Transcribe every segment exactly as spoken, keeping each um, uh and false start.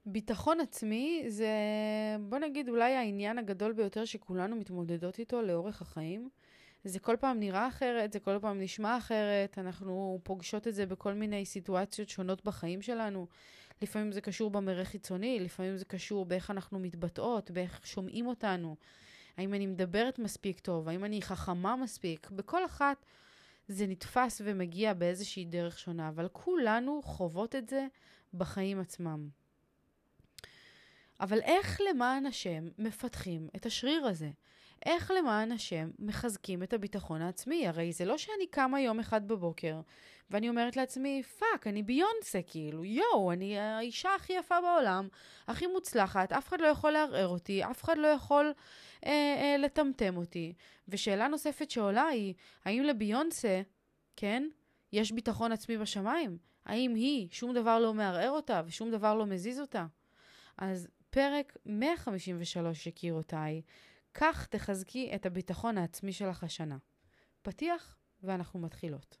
ביטחון עצמי זה, בוא נגיד, אולי העניין הגדול ביותר שכולנו מתמודדות איתו לאורך החיים. זה כל פעם נראה אחרת, זה כל פעם נשמע אחרת, אנחנו פוגשות את זה בכל מיני סיטואציות שונות בחיים שלנו. לפעמים זה קשור במראה חיצוני, לפעמים זה קשור באיך אנחנו מתבטאות, באיך שומעים אותנו. האם אני מדברת מספיק טוב, האם אני חכמה מספיק. בכל אחת זה נתפס ומגיע באיזושהי דרך שונה, אבל כולנו חוות את זה בחיים עצמם. אבל איך למען השם מפתחים את השריר הזה? איך למען השם מחזקים את הביטחון העצמי? הרי זה לא שאני קמה יום אחד בבוקר, ואני אומרת לעצמי, פאק, אני ביונסה, כאילו, יואו, אני האישה הכי יפה בעולם, הכי מוצלחת, אף אחד לא יכול לערער אותי, אף אחד לא יכול אה, אה, לטמטם אותי. ושאלה נוספת שעולה היא, האם לביונסה, כן, יש ביטחון עצמי בשמיים? האם היא, שום דבר לא מערער אותה, ושום דבר לא מזיז אותה? אז פרק מאה חמישים ושלוש יקירותיי, כך תחזקי את הביטחון העצמי שלך השנה. פתיח ואנחנו מתחילות.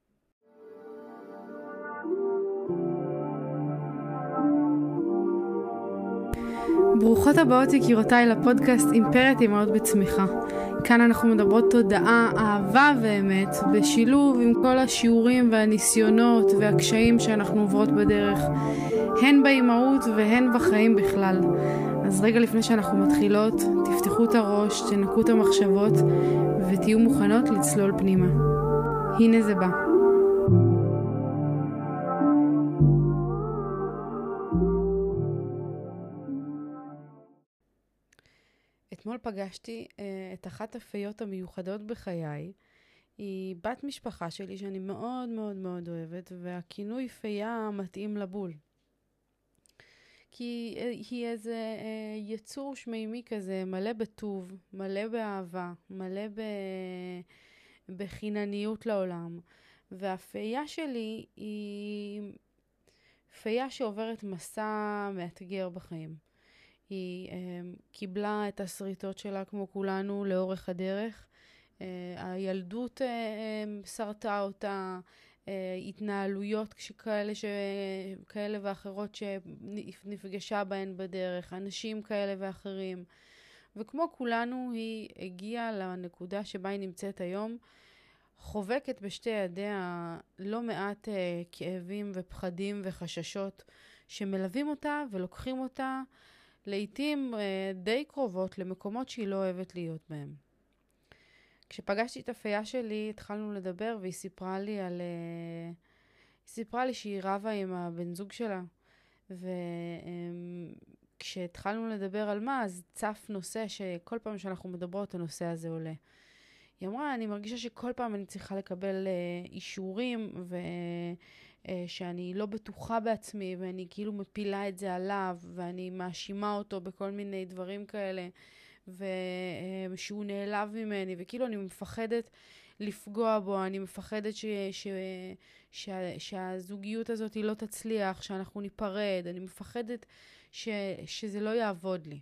ברוכות הבאות יקירותיי לפודקאסט אימפרית אמהות בצמיחה. כאן אנחנו מדברות תודעה, אהבה ואמת, בשילוב עם כל השיעורים והניסיונות והקשיים שאנחנו עוברות בדרך, הן באימהות והן בחיים בכלל. אז רגע לפני שאנחנו מתחילות, תפתחו את הראש, תנקו את המחשבות ותהיו מוכנות לצלול פנימה. הנה זה בא. אתמול פגשתי uh, את אחת הפיות המיוחדות בחיי. היא בת משפחה שלי שאני מאוד מאוד מאוד אוהבת, והכינוי פיה מתאים לבול. כי uh, היא איזה uh, יצור שמימי כזה, מלא בטוב, מלא באהבה, מלא ב... בחינניות לעולם. והפיה שלי היא פיה שעוברת מסע מאתגר בחיים. היא um, קיבלה את הסריטות שלה כמו כולנו לאורך הדרך. Uh, הילדות uh, um, שרתה אותה, uh, התנהלויות כאלה, ש... כאלה ואחרות שנפגשה בהן בדרך, אנשים כאלה ואחרים. וכמו כולנו היא הגיעה לנקודה שבה היא נמצאת היום, חובקת בשתי ידיה לא מעט uh, כאבים ופחדים וחששות שמלווים אותה ולוקחים אותה לעתים אה, די קרובות למקומות שהיא לא אוהבת להיות בהם. כשפגשתי את הפיה שלי, התחלנו לדבר והיא סיפרה לי על... אה, היא סיפרה לי שהיא רבה עם הבן זוג שלה. וכשהתחלנו אה, לדבר על מה, אז צף נושא שכל פעם שאנחנו מדברות, הנושא הזה עולה. היא אמרה, אני מרגישה שכל פעם אני צריכה לקבל אה, אישורים ו... שאני לא בטוחה בעצמי, ואני כאילו מפילה את זה עליו, ואני מאשימה אותו בכל מיני דברים כאלה, ושהוא נעלב ממני, וכאילו אני מפחדת לפגוע בו, אני מפחדת ש... ש... ש... שהזוגיות הזאת היא לא תצליח, שאנחנו ניפרד, אני מפחדת ש... שזה לא יעבוד לי.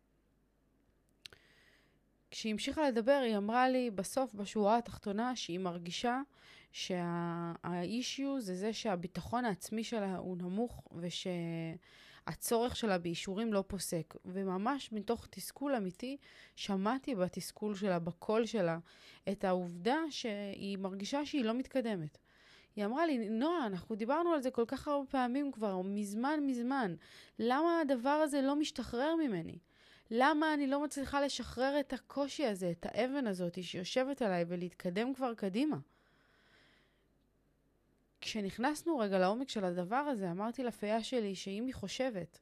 כשהיא המשיכה לדבר, היא אמרה לי בסוף, בשורה התחתונה, שהיא מרגישה שהאישיו זה זה שהביטחון העצמי שלה הוא נמוך, ושהצורך שלה באישורים לא פוסק. וממש מתוך תסכול אמיתי, שמעתי בתסכול שלה, בקול שלה, את העובדה שהיא מרגישה שהיא לא מתקדמת. היא אמרה לי, נועה, אנחנו דיברנו על זה כל כך הרבה פעמים כבר, מזמן מזמן. למה הדבר הזה לא משתחרר ממני? למה אני לא מצליחה לשחרר את הקושי הזה, את האבן הזאת שיושבת עליי ולהתקדם כבר קדימה? כשנכנסנו רגע לעומק של הדבר הזה, אמרתי לפיה שלי שאם היא חושבת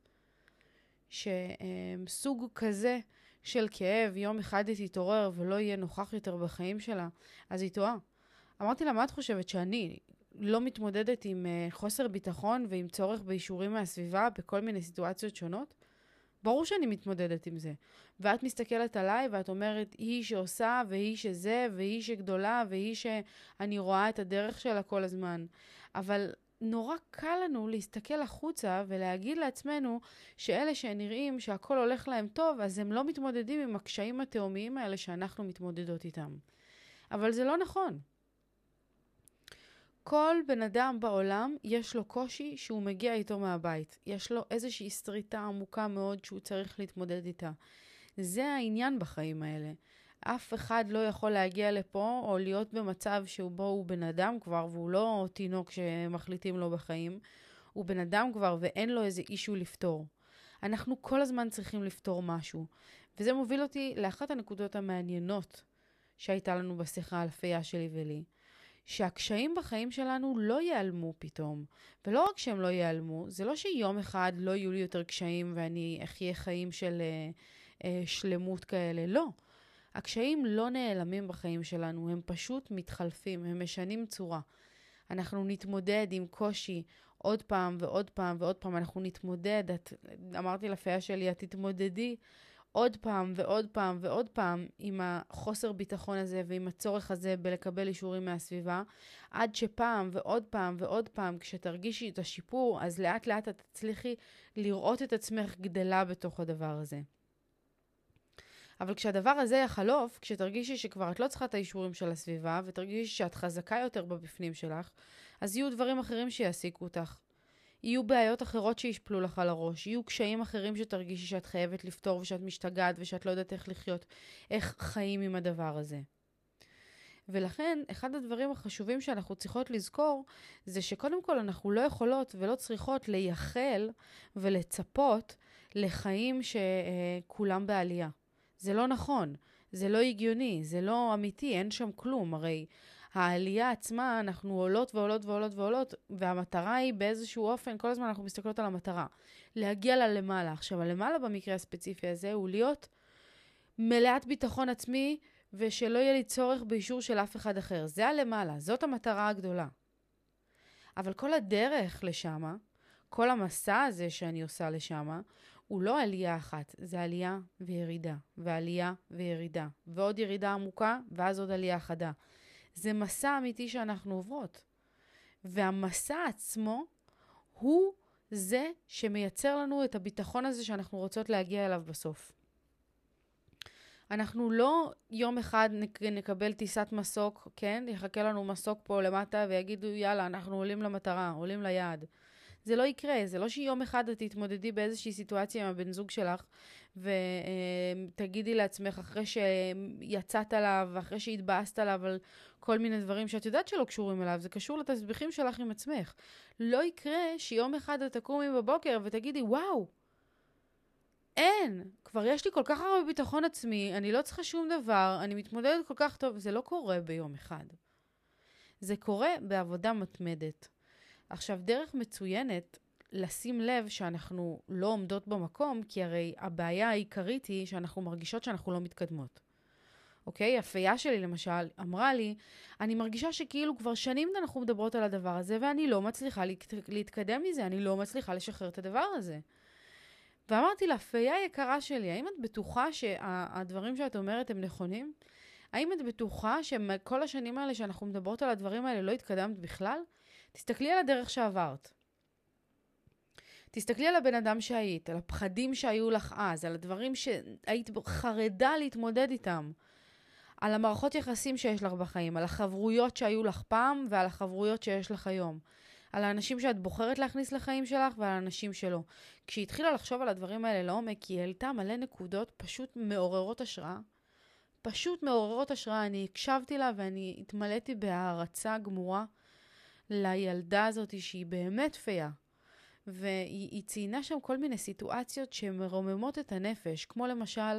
שסוג כזה של כאב יום אחד היא תתעורר ולא יהיה נוכח יותר בחיים שלה, אז היא טועה. אמרתי לה, מה את חושבת שאני לא מתמודדת עם חוסר ביטחון ועם צורך באישורים מהסביבה בכל מיני סיטואציות שונות? ברור שאני מתמודדת עם זה. ואת מסתכלת עליי ואת אומרת, היא שעושה והיא שזה והיא שגדולה והיא שאני רואה את הדרך שלה כל הזמן. אבל נורא קל לנו להסתכל החוצה ולהגיד לעצמנו שאלה שנראים שהכל הולך להם טוב, אז הם לא מתמודדים עם הקשיים התאומיים האלה שאנחנו מתמודדות איתם. אבל זה לא נכון. כל בן אדם בעולם יש לו קושי שהוא מגיע איתו מהבית. יש לו איזושהי סטריטה עמוקה מאוד שהוא צריך להתמודד איתה. זה העניין בחיים האלה. אף אחד לא יכול להגיע לפה או להיות במצב שבו הוא בן אדם כבר, והוא לא תינוק שמחליטים לו בחיים. הוא בן אדם כבר ואין לו איזה אישו לפתור. אנחנו כל הזמן צריכים לפתור משהו. וזה מוביל אותי לאחת הנקודות המעניינות שהייתה לנו בשיחה על פייה שלי ולי. שהקשיים בחיים שלנו לא ייעלמו פתאום. ולא רק שהם לא ייעלמו, זה לא שיום אחד לא יהיו לי יותר קשיים ואני אחיה חיים של אה, אה, שלמות כאלה. לא. הקשיים לא נעלמים בחיים שלנו, הם פשוט מתחלפים, הם משנים צורה. אנחנו נתמודד עם קושי עוד פעם ועוד פעם ועוד פעם, אנחנו נתמודד, את, אמרתי לפייה שלי, את תתמודדי עוד פעם ועוד פעם ועוד פעם עם החוסר ביטחון הזה ועם הצורך הזה בלקבל אישורים מהסביבה, עד שפעם ועוד פעם ועוד פעם, כשתרגישי את השיפור, אז לאט לאט את תצליחי לראות את עצמך גדלה בתוך הדבר הזה. אבל כשהדבר הזה יחלוף, כשתרגישי שכבר את לא צריכה את האישורים של הסביבה, ותרגישי שאת חזקה יותר בבפנים שלך, אז יהיו דברים אחרים שיעסיקו אותך. יהיו בעיות אחרות שישפלו לך על הראש, יהיו קשיים אחרים שתרגישי שאת חייבת לפתור ושאת משתגעת ושאת לא יודעת איך לחיות, איך חיים עם הדבר הזה. ולכן, אחד הדברים החשובים שאנחנו צריכות לזכור, זה שקודם כל אנחנו לא יכולות ולא צריכות לייחל ולצפות לחיים שכולם בעלייה. זה לא נכון, זה לא הגיוני, זה לא אמיתי, אין שם כלום. הרי העלייה עצמה, אנחנו עולות ועולות ועולות ועולות, והמטרה היא באיזשהו אופן, כל הזמן אנחנו מסתכלות על המטרה, להגיע ללמעלה. עכשיו, הלמעלה במקרה הספציפי הזה הוא להיות מלאת ביטחון עצמי, ושלא יהיה לי צורך באישור של אף אחד אחר. זה הלמעלה, זאת המטרה הגדולה. אבל כל הדרך לשמה, כל המסע הזה שאני עושה לשמה, הוא לא עלייה אחת, זה עלייה וירידה, ועלייה וירידה, ועוד ירידה עמוקה, ואז עוד עלייה חדה. זה מסע אמיתי שאנחנו עוברות. והמסע עצמו הוא זה שמייצר לנו את הביטחון הזה שאנחנו רוצות להגיע אליו בסוף. אנחנו לא יום אחד נקבל טיסת מסוק, כן? יחכה לנו מסוק פה למטה ויגידו, יאללה, אנחנו עולים למטרה, עולים ליעד. זה לא יקרה, זה לא שיום אחד את תתמודדי באיזושהי סיטואציה עם הבן זוג שלך, ותגידי לעצמך אחרי שיצאת עליו, ואחרי שהתבאסת עליו על כל מיני דברים שאת יודעת שלא קשורים אליו, זה קשור לתסביכים שלך עם עצמך. לא יקרה שיום אחד את תקומי בבוקר ותגידי, וואו, אין, כבר יש לי כל כך הרבה ביטחון עצמי, אני לא צריכה שום דבר, אני מתמודדת כל כך טוב, זה לא קורה ביום אחד. זה קורה בעבודה מתמדת. עכשיו, דרך מצוינת לשים לב שאנחנו לא עומדות במקום, כי הרי הבעיה העיקרית היא שאנחנו מרגישות שאנחנו לא מתקדמות. אוקיי? הפייה שלי למשל אמרה לי, אני מרגישה שכאילו כבר שנים אנחנו מדברות על הדבר הזה, ואני לא מצליחה להתקדם מזה, אני לא מצליחה לשחרר את הדבר הזה. ואמרתי לה, פייה יקרה שלי, האם את בטוחה שהדברים שאת אומרת הם נכונים? האם את בטוחה שכל השנים האלה שאנחנו מדברות על הדברים האלה לא התקדמת בכלל? תסתכלי על הדרך שעברת. תסתכלי על הבן אדם שהיית, על הפחדים שהיו לך אז, על הדברים שהיית חרדה להתמודד איתם, על המערכות יחסים שיש לך בחיים, על החברויות שהיו לך פעם ועל החברויות שיש לך היום, על האנשים שאת בוחרת להכניס לחיים שלך ועל האנשים שלא. כשהיא התחילה לחשוב על הדברים האלה לעומק, היא העלתה מלא נקודות פשוט מעוררות השראה. פשוט מעוררות השראה. אני הקשבתי לה ואני התמלאתי בהערצה גמורה לילדה הזאת שהיא באמת פייה. והיא ציינה שם כל מיני סיטואציות שמרוממות את הנפש, כמו למשל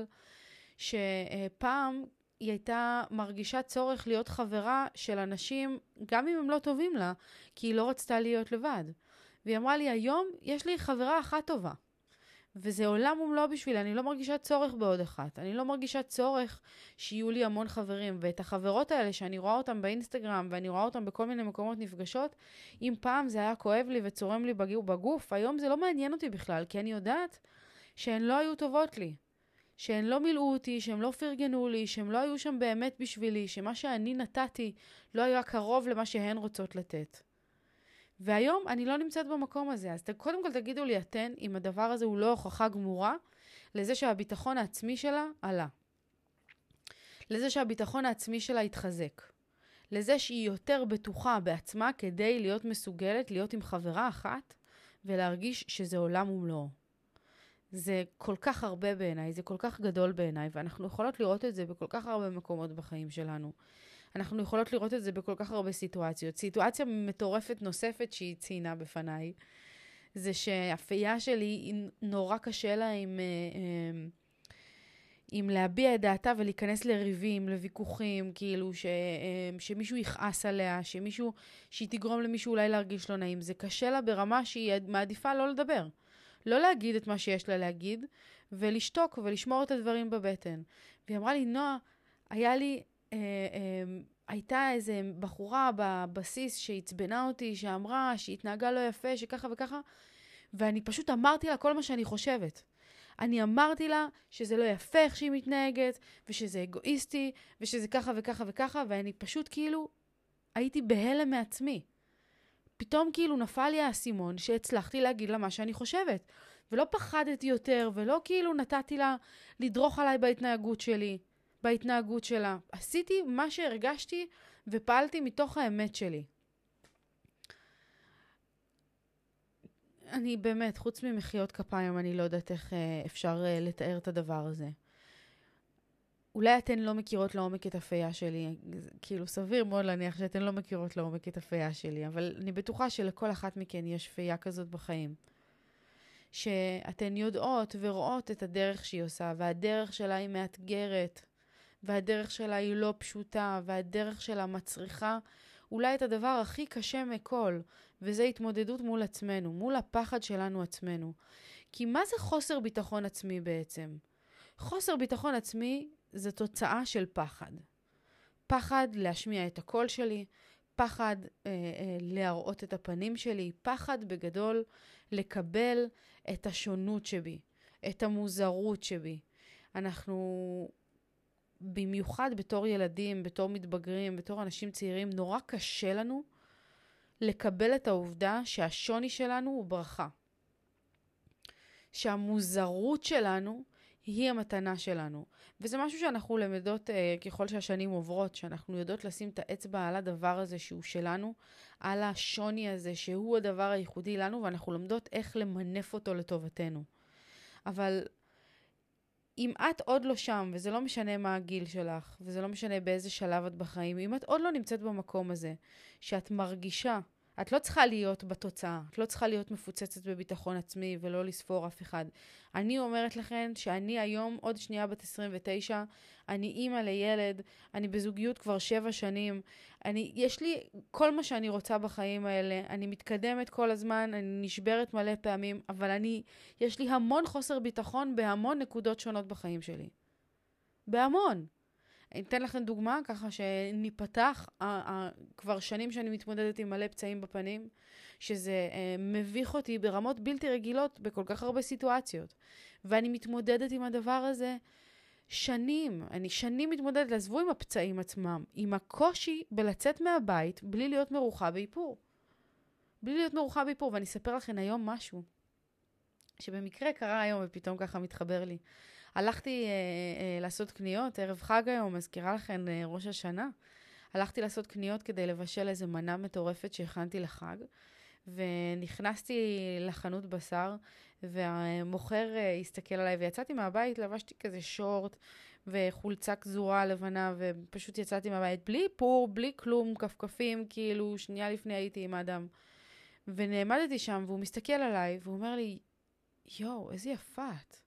שפעם היא הייתה מרגישה צורך להיות חברה של אנשים, גם אם הם לא טובים לה, כי היא לא רצתה להיות לבד. והיא אמרה לי, היום יש לי חברה אחת טובה. וזה עולם ומלוא בשבילי, אני לא מרגישה צורך בעוד אחת. אני לא מרגישה צורך שיהיו לי המון חברים. ואת החברות האלה שאני רואה אותם באינסטגרם, ואני רואה אותם בכל מיני מקומות נפגשות, אם פעם זה היה כואב לי וצורם לי בגוף, היום זה לא מעניין אותי בכלל, כי אני יודעת שהן לא היו טובות לי. שהן לא מילאו אותי, שהן לא פרגנו לי, שהן לא היו שם באמת בשבילי, שמה שאני נתתי לא היה קרוב למה שהן רוצות לתת. והיום אני לא נמצאת במקום הזה, אז קודם כל תגידו לי אתן אם הדבר הזה הוא לא הוכחה גמורה לזה שהביטחון העצמי שלה עלה. לזה שהביטחון העצמי שלה התחזק. לזה שהיא יותר בטוחה בעצמה כדי להיות מסוגלת להיות עם חברה אחת ולהרגיש שזה עולם ומלואו. זה כל כך הרבה בעיניי, זה כל כך גדול בעיניי, ואנחנו יכולות לראות את זה בכל כך הרבה מקומות בחיים שלנו. אנחנו יכולות לראות את זה בכל כך הרבה סיטואציות. סיטואציה מטורפת נוספת שהיא ציינה בפניי, זה שהפייה שלי היא נורא קשה לה עם, עם להביע את דעתה ולהיכנס לריבים, לוויכוחים, כאילו ש, שמישהו יכעס עליה, שמישהו, שהיא תגרום למישהו אולי להרגיש לא נעים. זה קשה לה ברמה שהיא מעדיפה לא לדבר. לא להגיד את מה שיש לה להגיד, ולשתוק ולשמור את הדברים בבטן. והיא אמרה לי, נועה, היה לי, אה, אה, הייתה איזה בחורה בבסיס שהצבנה אותי, שאמרה שהתנהגה לא יפה, שככה וככה, ואני פשוט אמרתי לה כל מה שאני חושבת. אני אמרתי לה שזה לא יפה איך שהיא מתנהגת, ושזה אגואיסטי, ושזה ככה וככה וככה, ואני פשוט כאילו הייתי בהלם מעצמי. פתאום כאילו נפל לי האסימון שהצלחתי להגיד לה מה שאני חושבת. ולא פחדתי יותר, ולא כאילו נתתי לה לדרוך עליי בהתנהגות שלי, בהתנהגות שלה. עשיתי מה שהרגשתי ופעלתי מתוך האמת שלי. אני באמת, חוץ ממחיות כפיים, אני לא יודעת איך אפשר לתאר את הדבר הזה. אולי אתן לא מכירות לעומק את הפייה שלי, כאילו סביר מאוד להניח שאתן לא מכירות לעומק את הפייה שלי, אבל אני בטוחה שלכל אחת מכן יש פייה כזאת בחיים. שאתן יודעות ורואות את הדרך שהיא עושה, והדרך שלה היא מאתגרת, והדרך שלה היא לא פשוטה, והדרך שלה מצריכה אולי את הדבר הכי קשה מכל, וזה התמודדות מול עצמנו, מול הפחד שלנו עצמנו. כי מה זה חוסר ביטחון עצמי בעצם? חוסר ביטחון עצמי זה תוצאה של פחד. פחד להשמיע את הקול שלי, פחד אה, אה, להראות את הפנים שלי, פחד בגדול לקבל את השונות שבי, את המוזרות שבי. אנחנו במיוחד בתור ילדים, בתור מתבגרים, בתור אנשים צעירים, נורא קשה לנו לקבל את העובדה שהשוני שלנו הוא ברכה. שהמוזרות שלנו היא המתנה שלנו. וזה משהו שאנחנו למדות אה, ככל שהשנים עוברות, שאנחנו יודעות לשים את האצבע על הדבר הזה שהוא שלנו, על השוני הזה שהוא הדבר הייחודי לנו, ואנחנו לומדות איך למנף אותו לטובתנו. אבל אם את עוד לא שם, וזה לא משנה מה הגיל שלך, וזה לא משנה באיזה שלב את בחיים, אם את עוד לא נמצאת במקום הזה, שאת מרגישה, את לא צריכה להיות בתוצאה, את לא צריכה להיות מפוצצת בביטחון עצמי ולא לספור אף אחד. אני אומרת לכן שאני היום עוד שנייה בת עשרים ותשע, אני אימא לילד, אני בזוגיות כבר שבע שנים, אני, יש לי כל מה שאני רוצה בחיים האלה, אני מתקדמת כל הזמן, אני נשברת מלא פעמים, אבל אני, יש לי המון חוסר ביטחון בהמון נקודות שונות בחיים שלי. בהמון. אני אתן לכם דוגמה, ככה שניפתח, כבר שנים שאני מתמודדת עם מלא פצעים בפנים, שזה מביך אותי ברמות בלתי רגילות בכל כך הרבה סיטואציות. ואני מתמודדת עם הדבר הזה שנים. אני שנים מתמודדת, לעזבו עם הפצעים עצמם, עם הקושי בלצאת מהבית בלי להיות מרוחה באיפור. בלי להיות מרוחה באיפור, ואני אספר לכם היום משהו, שבמקרה קרה היום ופתאום ככה מתחבר לי. הלכתי אה, אה, לעשות קניות, ערב חג היום, מזכירה לכם אה, ראש השנה. הלכתי לעשות קניות כדי לבשל איזו מנה מטורפת שהכנתי לחג, ונכנסתי לחנות בשר, והמוכר אה, הסתכל עליי, ויצאתי מהבית, לבשתי כזה שורט, וחולצה כזורה לבנה, ופשוט יצאתי מהבית בלי פור, בלי כלום, כפכפים, כאילו שנייה לפני הייתי עם אדם. ונעמדתי שם, והוא מסתכל עליי, והוא אומר לי, יו, איזה יפה את.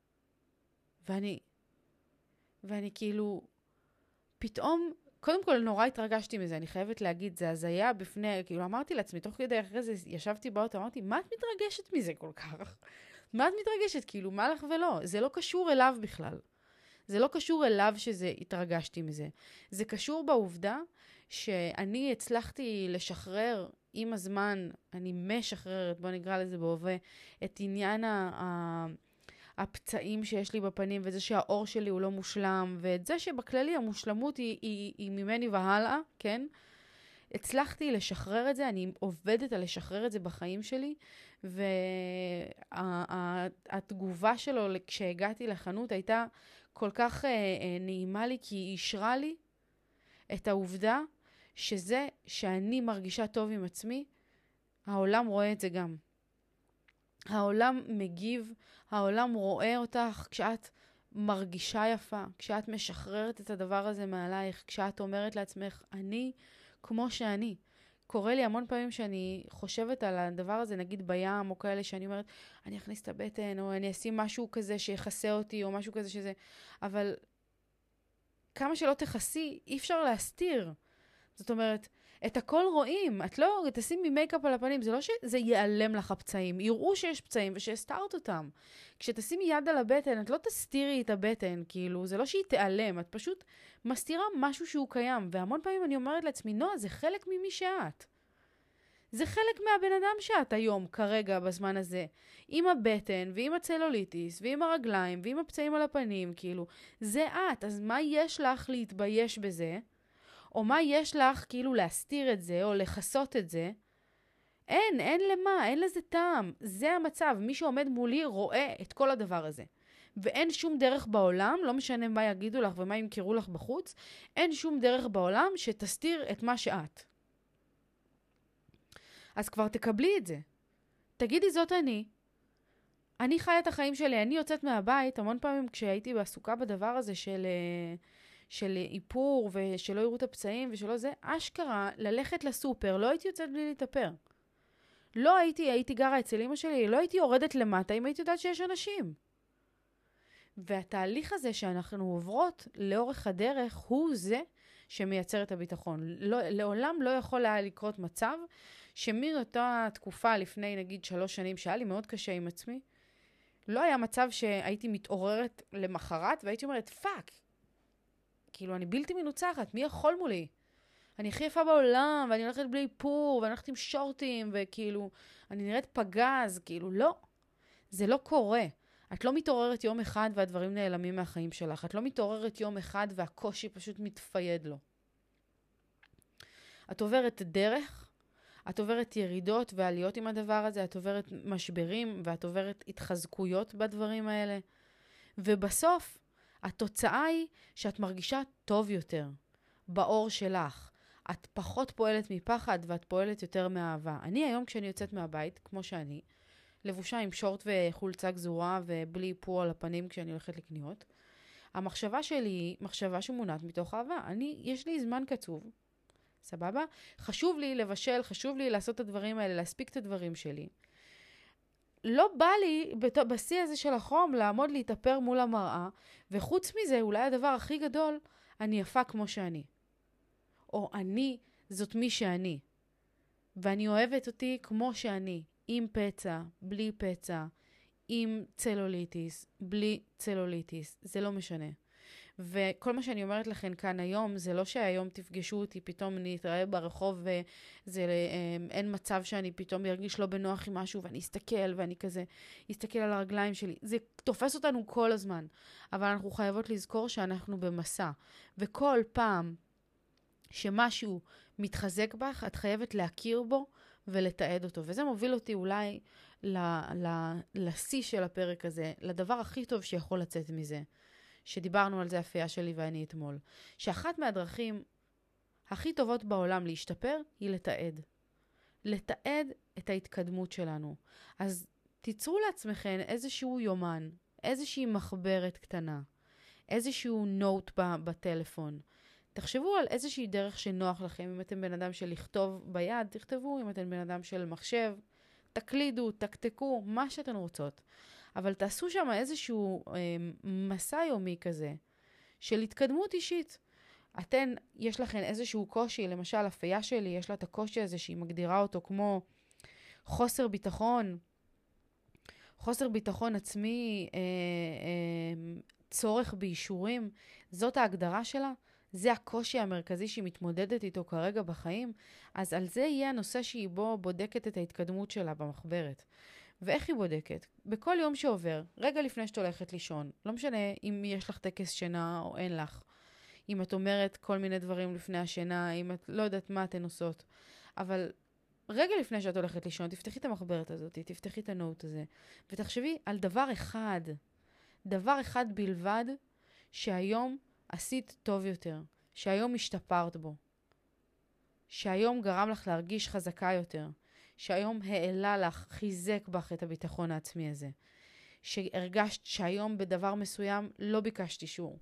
ואני, ואני כאילו, פתאום, קודם כל נורא התרגשתי מזה, אני חייבת להגיד, זה הזיה בפני, כאילו אמרתי לעצמי, תוך כדי אחרי זה ישבתי באוטו, אמרתי, מה את מתרגשת מזה כל כך? מה את מתרגשת? כאילו, מה לך ולא? זה לא קשור אליו בכלל. זה לא קשור אליו שזה התרגשתי מזה. זה קשור בעובדה שאני הצלחתי לשחרר עם הזמן, אני משחררת, בוא נקרא לזה בהווה, את עניין ה... ה הפצעים שיש לי בפנים, וזה שהאור שלי הוא לא מושלם, ואת זה שבכללי המושלמות היא, היא, היא ממני והלאה, כן? הצלחתי לשחרר את זה, אני עובדת על לשחרר את זה בחיים שלי, והתגובה שלו כשהגעתי לחנות הייתה כל כך אה, אה, נעימה לי, כי היא אישרה לי את העובדה שזה שאני מרגישה טוב עם עצמי, העולם רואה את זה גם. העולם מגיב, העולם רואה אותך כשאת מרגישה יפה, כשאת משחררת את הדבר הזה מעלייך, כשאת אומרת לעצמך, אני כמו שאני. קורה לי המון פעמים שאני חושבת על הדבר הזה, נגיד בים או כאלה, שאני אומרת, אני אכניס את הבטן, או אני אשים משהו כזה שיחסה אותי, או משהו כזה שזה, אבל כמה שלא תחסי, אי אפשר להסתיר. זאת אומרת, את הכל רואים, את לא תשימי מייקאפ על הפנים, זה לא שזה ייעלם לך הפצעים, יראו שיש פצעים ושהסתרת אותם. כשתשימי יד על הבטן, את לא תסתירי את הבטן, כאילו, זה לא שהיא תיעלם, את פשוט מסתירה משהו שהוא קיים, והמון פעמים אני אומרת לעצמי, נועה, זה חלק ממי שאת. זה חלק מהבן אדם שאת היום, כרגע, בזמן הזה, עם הבטן, ועם הצלוליטיס, ועם הרגליים, ועם הפצעים על הפנים, כאילו, זה את, אז מה יש לך להתבייש בזה? או מה יש לך כאילו להסתיר את זה, או לחסות את זה? אין, אין למה, אין לזה טעם. זה המצב. מי שעומד מולי רואה את כל הדבר הזה. ואין שום דרך בעולם, לא משנה מה יגידו לך ומה ימכרו לך בחוץ, אין שום דרך בעולם שתסתיר את מה שאת. אז כבר תקבלי את זה. תגידי, זאת אני. אני חיה את החיים שלי, אני יוצאת מהבית, המון פעמים כשהייתי בעסוקה בדבר הזה של... של איפור ושלא יראו את הפצעים ושלא זה, אשכרה ללכת לסופר, לא הייתי יוצאת בלי להתאפר. לא הייתי, הייתי גרה אצל אמא שלי, לא הייתי יורדת למטה אם הייתי יודעת שיש אנשים. והתהליך הזה שאנחנו עוברות לאורך הדרך הוא זה שמייצר את הביטחון. לא, לעולם לא יכול היה לקרות מצב שמאותה תקופה לפני נגיד שלוש שנים שהיה לי מאוד קשה עם עצמי, לא היה מצב שהייתי מתעוררת למחרת והייתי אומרת, פאק, כאילו, אני בלתי מנוצחת, מי יכול מולי? אני הכי יפה בעולם, ואני הולכת בלי איפור, ואני הולכת עם שורטים, וכאילו, אני נראית פגז, כאילו, לא. זה לא קורה. את לא מתעוררת יום אחד והדברים נעלמים מהחיים שלך. את לא מתעוררת יום אחד והקושי פשוט מתפייד לו. את עוברת דרך, את עוברת ירידות ועליות עם הדבר הזה, את עוברת משברים, ואת עוברת התחזקויות בדברים האלה. ובסוף, התוצאה היא שאת מרגישה טוב יותר, באור שלך. את פחות פועלת מפחד ואת פועלת יותר מאהבה. אני היום כשאני יוצאת מהבית, כמו שאני, לבושה עם שורט וחולצה גזורה ובלי איפור על הפנים כשאני הולכת לקניות, המחשבה שלי היא מחשבה שמונעת מתוך אהבה. אני, יש לי זמן קצוב, סבבה? חשוב לי לבשל, חשוב לי לעשות את הדברים האלה, להספיק את הדברים שלי. לא בא לי בשיא הזה של החום לעמוד להתאפר מול המראה, וחוץ מזה, אולי הדבר הכי גדול, אני יפה כמו שאני. או אני, זאת מי שאני. ואני אוהבת אותי כמו שאני, עם פצע, בלי פצע, עם צלוליטיס, בלי צלוליטיס, זה לא משנה. וכל מה שאני אומרת לכם כאן היום, זה לא שהיום תפגשו אותי, פתאום אני אתראה ברחוב, וזה, אין מצב שאני פתאום ארגיש לא בנוח עם משהו, ואני אסתכל, ואני כזה אסתכל על הרגליים שלי. זה תופס אותנו כל הזמן, אבל אנחנו חייבות לזכור שאנחנו במסע, וכל פעם שמשהו מתחזק בך, את חייבת להכיר בו ולתעד אותו, וזה מוביל אותי אולי לשיא של הפרק הזה, לדבר הכי טוב שיכול לצאת מזה. שדיברנו על זה הפייה שלי ואני אתמול, שאחת מהדרכים הכי טובות בעולם להשתפר היא לתעד. לתעד את ההתקדמות שלנו. אז תיצרו לעצמכם איזשהו יומן, איזושהי מחברת קטנה, איזשהו נוט בטלפון. תחשבו על איזושהי דרך שנוח לכם. אם אתם בן אדם של לכתוב ביד, תכתבו. אם אתם בן אדם של מחשב, תקלידו, תקתקו, מה שאתן רוצות. אבל תעשו שם איזשהו אה, מסע יומי כזה, של התקדמות אישית. אתן, יש לכן איזשהו קושי, למשל, הפייה שלי, יש לה את הקושי הזה שהיא מגדירה אותו כמו חוסר ביטחון, חוסר ביטחון עצמי, אה, אה, צורך באישורים, זאת ההגדרה שלה, זה הקושי המרכזי שהיא מתמודדת איתו כרגע בחיים, אז על זה יהיה הנושא שהיא בו בודקת את ההתקדמות שלה במחברת. ואיך היא בודקת? בכל יום שעובר, רגע לפני שאת הולכת לישון, לא משנה אם יש לך טקס שינה או אין לך, אם את אומרת כל מיני דברים לפני השינה, אם את לא יודעת מה אתן עושות, אבל רגע לפני שאת הולכת לישון, תפתחי את המחברת הזאת, תפתחי את הנוט הזה, ותחשבי על דבר אחד, דבר אחד בלבד, שהיום עשית טוב יותר, שהיום השתפרת בו. שהיום גרם לך להרגיש חזקה יותר, שהיום העלה לך, חיזק בך את הביטחון העצמי הזה, שהרגשת שהיום בדבר מסוים לא ביקשת אישור.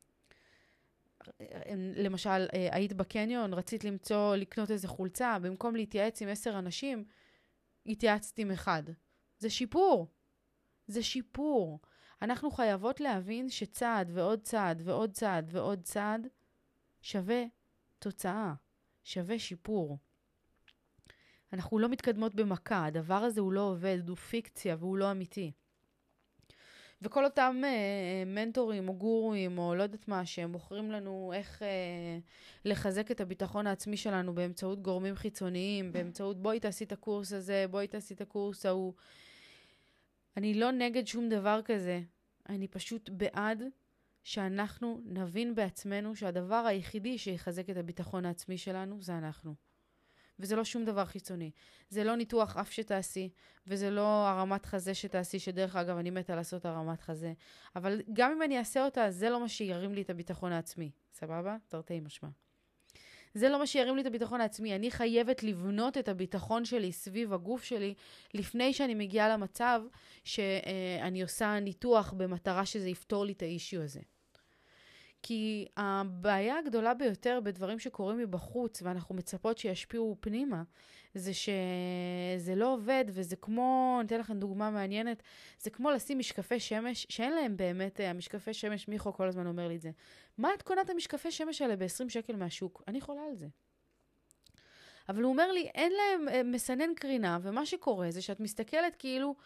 למשל, היית בקניון, רצית למצוא, לקנות איזה חולצה, במקום להתייעץ עם עשר אנשים, התייעצת עם אחד. זה שיפור. זה שיפור. אנחנו חייבות להבין שצעד ועוד צעד ועוד צעד ועוד צעד שווה תוצאה, שווה שיפור. אנחנו לא מתקדמות במכה, הדבר הזה הוא לא עובד, הוא פיקציה והוא לא אמיתי. וכל אותם אה, מנטורים או גורואים או לא יודעת מה, שהם מוכרים לנו איך אה, לחזק את הביטחון העצמי שלנו באמצעות גורמים חיצוניים, באמצעות בואי תעשי את הקורס הזה, בואי תעשי את הקורס ההוא. אני לא נגד שום דבר כזה, אני פשוט בעד שאנחנו נבין בעצמנו שהדבר היחידי שיחזק את הביטחון העצמי שלנו זה אנחנו. וזה לא שום דבר חיצוני. זה לא ניתוח אף שתעשי, וזה לא הרמת חזה שתעשי, שדרך אגב אני מתה לעשות הרמת חזה. אבל גם אם אני אעשה אותה, זה לא מה שירים לי את הביטחון העצמי. סבבה? תרתי משמע. זה לא מה שירים לי את הביטחון העצמי. אני חייבת לבנות את הביטחון שלי סביב הגוף שלי, לפני שאני מגיעה למצב שאני עושה ניתוח במטרה שזה יפתור לי את האישיו הזה. כי הבעיה הגדולה ביותר בדברים שקורים מבחוץ, ואנחנו מצפות שישפיעו פנימה, זה שזה לא עובד, וזה כמו, אני אתן לכם דוגמה מעניינת, זה כמו לשים משקפי שמש, שאין להם באמת, המשקפי שמש, מיכו כל הזמן אומר לי את זה. מה את קונת המשקפי שמש האלה ב-עשרים שקל מהשוק? אני יכולה על זה. אבל הוא אומר לי, אין להם מסנן קרינה, ומה שקורה זה שאת מסתכלת כאילו,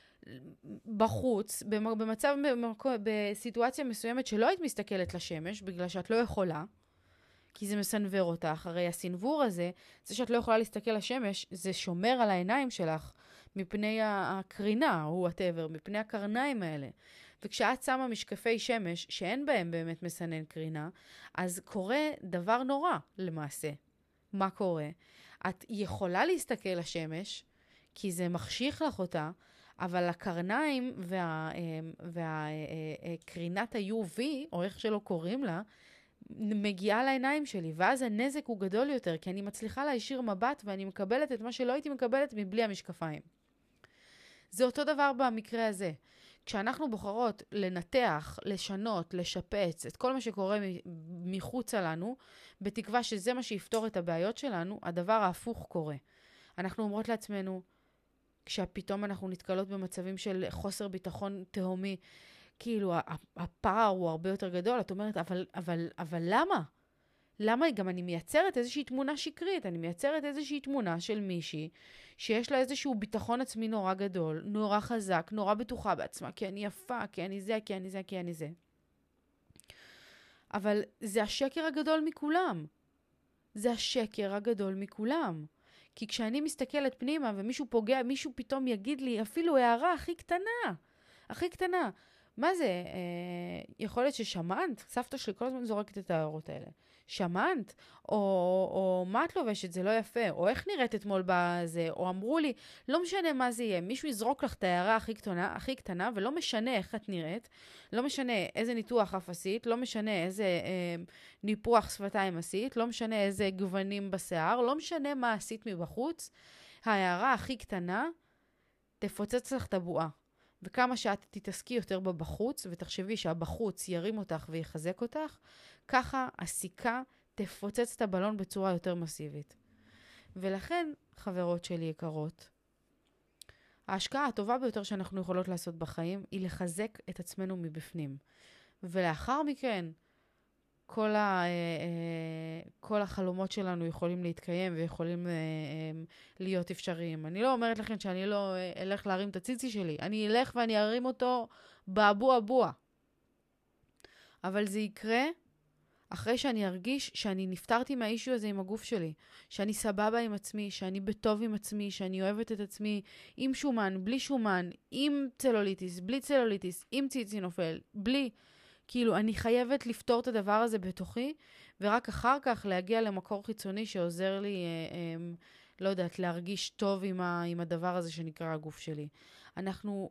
בחוץ, במצב, בסיטואציה מסוימת שלא היית מסתכלת לשמש, בגלל שאת לא יכולה, כי זה מסנבר אותך. הרי הסנבור הזה, זה שאת לא יכולה להסתכל לשמש, זה שומר על העיניים שלך, מפני הקרינה, או whatever, מפני הקרניים האלה. וכשאת שמה משקפי שמש, שאין בהם באמת מסנן קרינה, אז קורה דבר נורא, למעשה. מה קורה? את יכולה להסתכל לשמש, כי זה מחשיך לך אותה, אבל הקרניים והקרינת ה-יו וי, או איך שלא קוראים לה, מגיעה לעיניים שלי, ואז הנזק הוא גדול יותר, כי אני מצליחה להישיר מבט, ואני מקבלת את מה שלא הייתי מקבלת מבלי המשקפיים. זה אותו דבר במקרה הזה. כשאנחנו בוחרות לנתח, לשנות, לשפץ את כל מה שקורה מחוץ לנו, בתקווה שזה מה שיפתור את הבעיות שלנו, הדבר ההפוך קורה. אנחנו אומרות לעצמנו, כשפתאום אנחנו נתקלות במצבים של חוסר ביטחון תהומי, כאילו הפער הוא הרבה יותר גדול, את אומרת, אבל, אבל, אבל למה? למה גם אני מייצרת איזושהי תמונה שקרית, אני מייצרת איזושהי תמונה של מישהי, שיש לה איזשהו ביטחון עצמי נורא גדול, נורא חזק, נורא בטוחה בעצמה, כי אני יפה, כי אני זה, כי אני זה, כי אני זה. אבל זה השקר הגדול מכולם. זה השקר הגדול מכולם. כי כשאני מסתכלת פנימה ומישהו פוגע, מישהו פתאום יגיד לי, אפילו הערה הכי קטנה, הכי קטנה. מה זה? אה, יכול להיות ששמעת? סבתא שלי כל הזמן זורקת את ההערות האלה. שמעת? או, או מה את לובשת? זה לא יפה. או איך נראית אתמול בזה? או אמרו לי, לא משנה מה זה יהיה. מישהו יזרוק לך את ההערה הכי קטנה, הכי קטנה, ולא משנה איך את נראית. לא משנה איזה ניתוח אף עשית. לא משנה איזה אה, ניפוח שפתיים עשית. לא משנה איזה גוונים בשיער. לא משנה מה עשית מבחוץ. ההערה הכי קטנה תפוצץ לך את הבועה. וכמה שאת תתעסקי יותר בבחוץ, ותחשבי שהבחוץ ירים אותך ויחזק אותך, ככה הסיכה תפוצץ את הבלון בצורה יותר מסיבית. ולכן, חברות שלי יקרות, ההשקעה הטובה ביותר שאנחנו יכולות לעשות בחיים, היא לחזק את עצמנו מבפנים. ולאחר מכן, כל, ה, כל החלומות שלנו יכולים להתקיים ויכולים להיות אפשריים. אני לא אומרת לכם שאני לא אלך להרים את הציצי שלי. אני אלך ואני ארים אותו באבוע בוע. אבל זה יקרה אחרי שאני ארגיש שאני נפטרתי מהאישיו הזה עם הגוף שלי. שאני סבבה עם עצמי, שאני בטוב עם עצמי, שאני אוהבת את עצמי עם שומן, בלי שומן, עם צלוליטיס, בלי צלוליטיס, עם ציצי נופל, בלי... כאילו, אני חייבת לפתור את הדבר הזה בתוכי, ורק אחר כך להגיע למקור חיצוני שעוזר לי, אה, אה, לא יודעת, להרגיש טוב עם, ה, עם הדבר הזה שנקרא הגוף שלי. אנחנו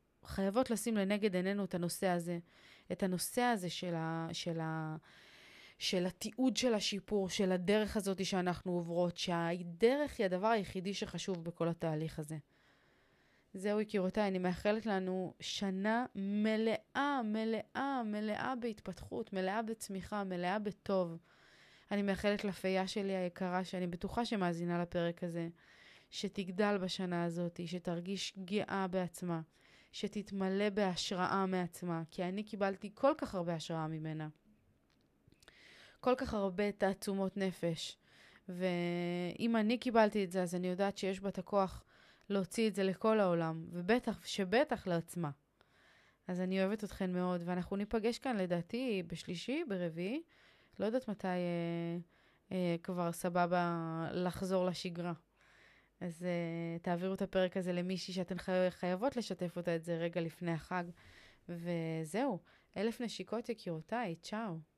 חייבות לשים לנגד עינינו את הנושא הזה, את הנושא הזה של, ה, של, ה, של התיעוד של השיפור, של הדרך הזאת שאנחנו עוברות, שהדרך היא הדבר היחידי שחשוב בכל התהליך הזה. זהו יקירותיי, אני מאחלת לנו שנה מלאה, מלאה, מלאה בהתפתחות, מלאה בצמיחה, מלאה בטוב. אני מאחלת לפיה שלי היקרה, שאני בטוחה שמאזינה לפרק הזה, שתגדל בשנה הזאת, שתרגיש גאה בעצמה, שתתמלא בהשראה מעצמה, כי אני קיבלתי כל כך הרבה השראה ממנה. כל כך הרבה תעצומות נפש. ואם אני קיבלתי את זה, אז אני יודעת שיש בה את הכוח להוציא את זה לכל העולם, ובטח, שבטח לעצמה. אז אני אוהבת אתכן מאוד, ואנחנו ניפגש כאן לדעתי בשלישי, ברביעי, לא יודעת מתי אה, אה, כבר סבבה לחזור לשגרה. אז אה, תעבירו את הפרק הזה למישהי שאתן חי... חייבות לשתף אותה את זה רגע לפני החג. וזהו, אלף נשיקות יקירותיי, צ'או.